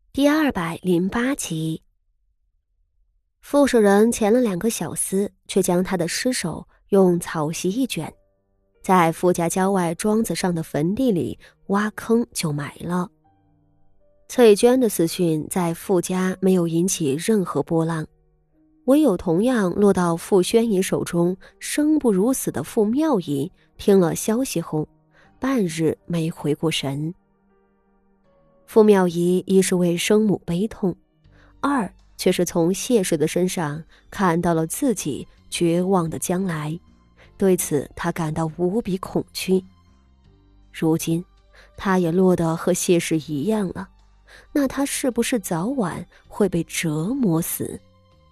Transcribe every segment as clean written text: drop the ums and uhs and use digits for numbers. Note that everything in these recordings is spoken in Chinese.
第208集。傅舍人遣了2个小厮，却将他的尸首用草席一卷，在傅家郊外庄子上的坟地里挖坑就埋了。翠娟的死讯在傅家没有引起任何波浪，唯有同样落到傅宣仪手中生不如死的傅妙仪听了消息后，半日没回过神。傅妙仪一是为生母悲痛，二却是从谢氏的身上看到了自己绝望的将来，对此他感到无比恐惧。如今他也落得和谢氏一样了，那他是不是早晚会被折磨死？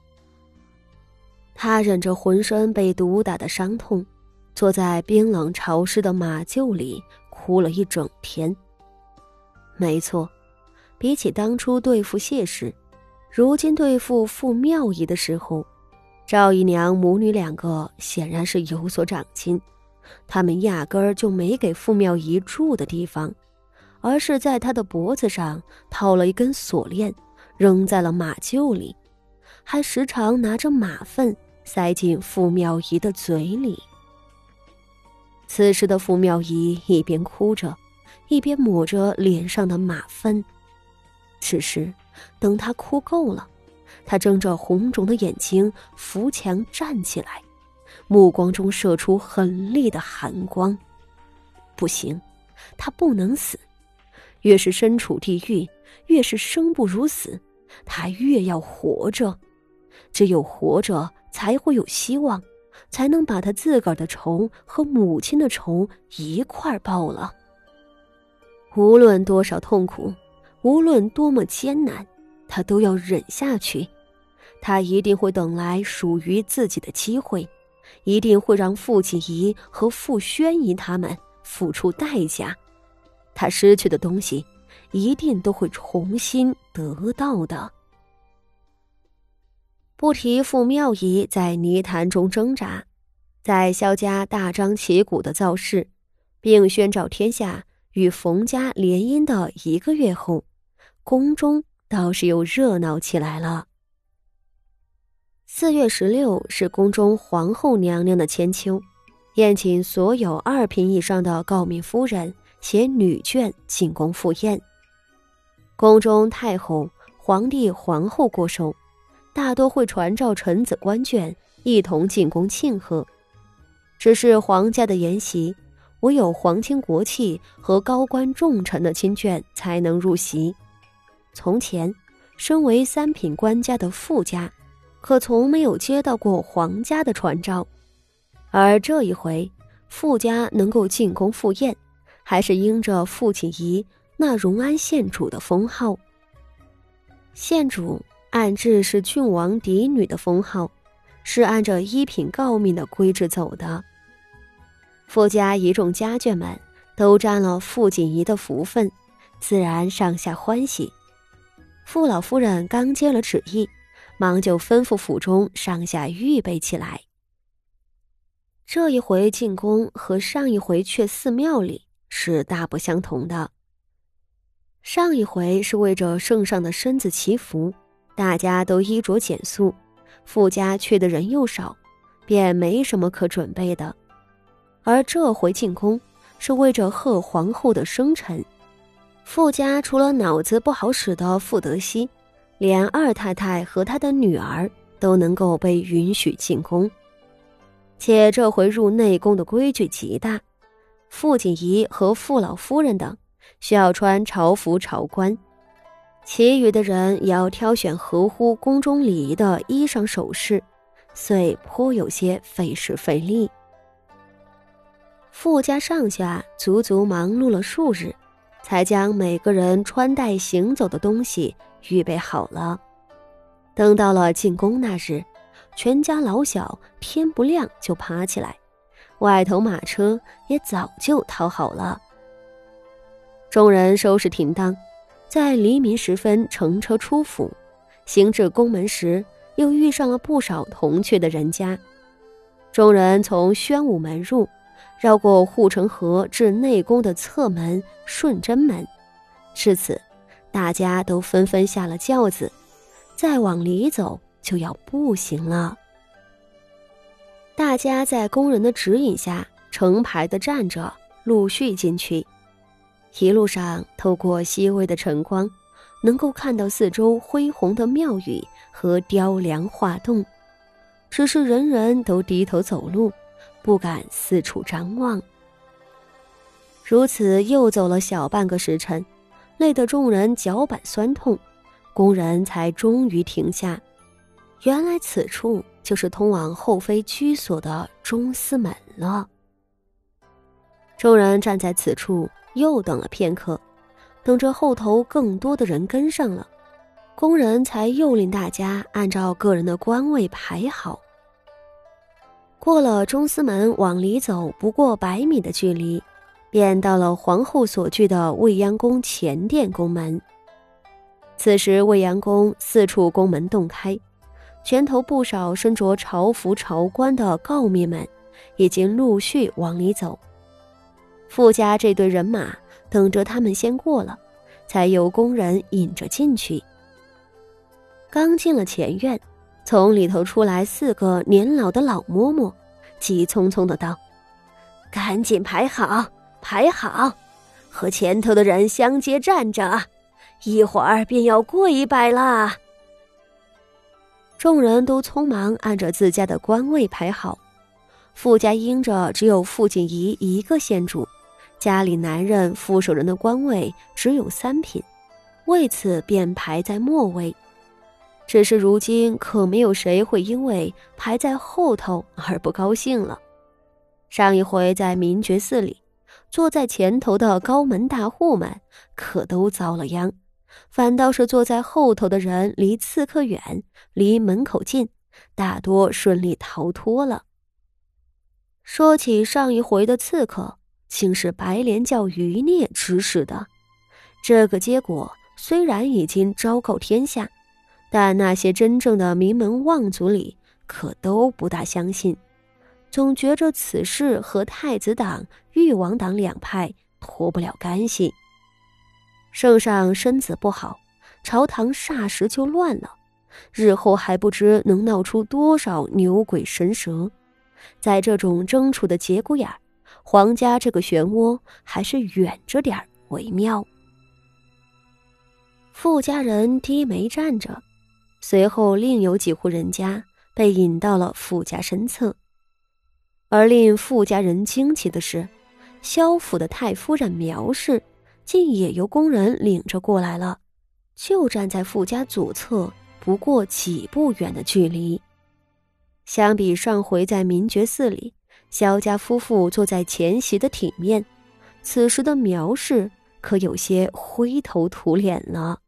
他忍着浑身被毒打的伤痛，坐在冰冷潮湿的马厩里哭了一整天。没错，比起当初对付谢氏，如今对付傅妙仪的时候，赵姨娘母女2个显然是有所长进。他们压根儿就没给傅妙仪住的地方，而是在她的脖子上套了一根锁链，扔在了马厩里，还时常拿着马粪塞进傅妙仪的嘴里。此时的傅妙仪一边哭着，一边抹着脸上的马粪。此时等她哭够了，她睁着红肿的眼睛扶墙站起来，目光中射出狠厉的寒光。不行，她不能死，越是身处地狱，越是生不如死，她越要活着。只有活着才会有希望，才能把她自个儿的仇和母亲的仇一块报了。无论多少痛苦，无论多么艰难，他都要忍下去。他一定会等来属于自己的机会，一定会让傅锦仪和傅宣仪他们付出代价。他失去的东西，一定都会重新得到的。不提傅妙仪在泥潭中挣扎，在萧家大张旗鼓的造势，并宣召天下与冯家联姻的1个月后，宫中倒是又热闹起来了。4月16是宫中皇后娘娘的千秋，宴请所有2品以上的诰命夫人携女眷进宫赴宴。宫中太后、皇帝、皇后过寿，大多会传召臣子官眷一同进宫庆贺。只是皇家的筵席，唯有皇亲国戚和高官重臣的亲眷才能入席。从前，身为3品官家的傅家，可从没有接到过皇家的传召。而这一回，傅家能够进宫赴宴，还是因着傅锦仪那荣安县主的封号。县主按制是郡王嫡女的封号，是按着1品诰命的规制走的。傅家一众家眷们都沾了傅锦仪的福分，自然上下欢喜。傅老夫人刚接了旨意，忙就吩咐府中上下预备起来。这一回进宫和上一回去寺庙里是大不相同的。上一回是为着圣上的身子祈福，大家都衣着简素，傅家去的人又少，便没什么可准备的。而这回进宫是为着贺皇后的生辰。傅家除了脑子不好使的傅德熙，连2太太和她的女儿都能够被允许进宫。且这回入内宫的规矩极大，傅锦仪和傅老夫人等需要穿朝服朝冠，其余的人也要挑选合乎宫中礼仪的衣裳首饰，遂颇有些费时费力。傅家上下足足忙碌了数日，才将每个人穿戴行走的东西预备好了。等到了进宫那日，全家老小天不亮就爬起来，外头马车也早就套好了。众人收拾停当，在黎明时分乘车出府，行至宫门时，又遇上了不少同去的人家。众人从宣武门入，绕过护城河至内宫的侧门顺贞门，至此大家都纷纷下了轿子，再往里走就要步行了。大家在工人的指引下成排的站着，陆续进去。一路上透过细微的晨光，能够看到四周恢宏的庙宇和雕梁画栋，只是人人都低头走路，不敢四处张望。如此又走了小半个时辰，累得众人脚板酸痛，工人才终于停下。原来此处就是通往后妃居所的中司门了。众人站在此处又等了片刻，等着后头更多的人跟上了，工人才又令大家按照个人的官位排好。过了中司门，往里走不过100米的距离，便到了皇后所居的未央宫前殿宫门。此时未央宫四处宫门洞开，前头不少身着朝服朝冠的诰命们已经陆续往里走。傅家这队人马等着他们先过了，才由工人引着进去。刚进了前院，从里头出来4个年老的老嬷嬷，急匆匆地道：“赶紧排好，排好，和前头的人相接站着，一会儿便要跪拜啦。”众人都匆忙按着自家的官位排好。傅家因着只有傅锦仪一个县主，家里男人副手人的官位只有3品，为此便排在末位。只是如今可没有谁会因为排在后头而不高兴了。上一回在明觉寺里，坐在前头的高门大户们可都遭了殃，反倒是坐在后头的人离刺客远，离门口近，大多顺利逃脱了。说起上一回的刺客，竟是白莲教余孽指使的。这个结果虽然已经昭告天下，但那些真正的名门望族里可都不大相信，总觉着此事和太子党、誉王党两派脱不了干系。圣上身子不好，朝堂霎时就乱了，日后还不知能闹出多少牛鬼神蛇。在这种争处的节骨眼，皇家这个漩涡还是远着点为妙。傅家人低眉站着，随后另有几户人家被引到了傅家身侧。而令傅家人惊奇的是，萧府的太夫人苗氏竟也由工人领着过来了，就站在傅家左侧不过几步远的距离。相比上回在明觉寺里，萧家夫妇坐在前席的体面，此时的苗氏可有些灰头土脸了。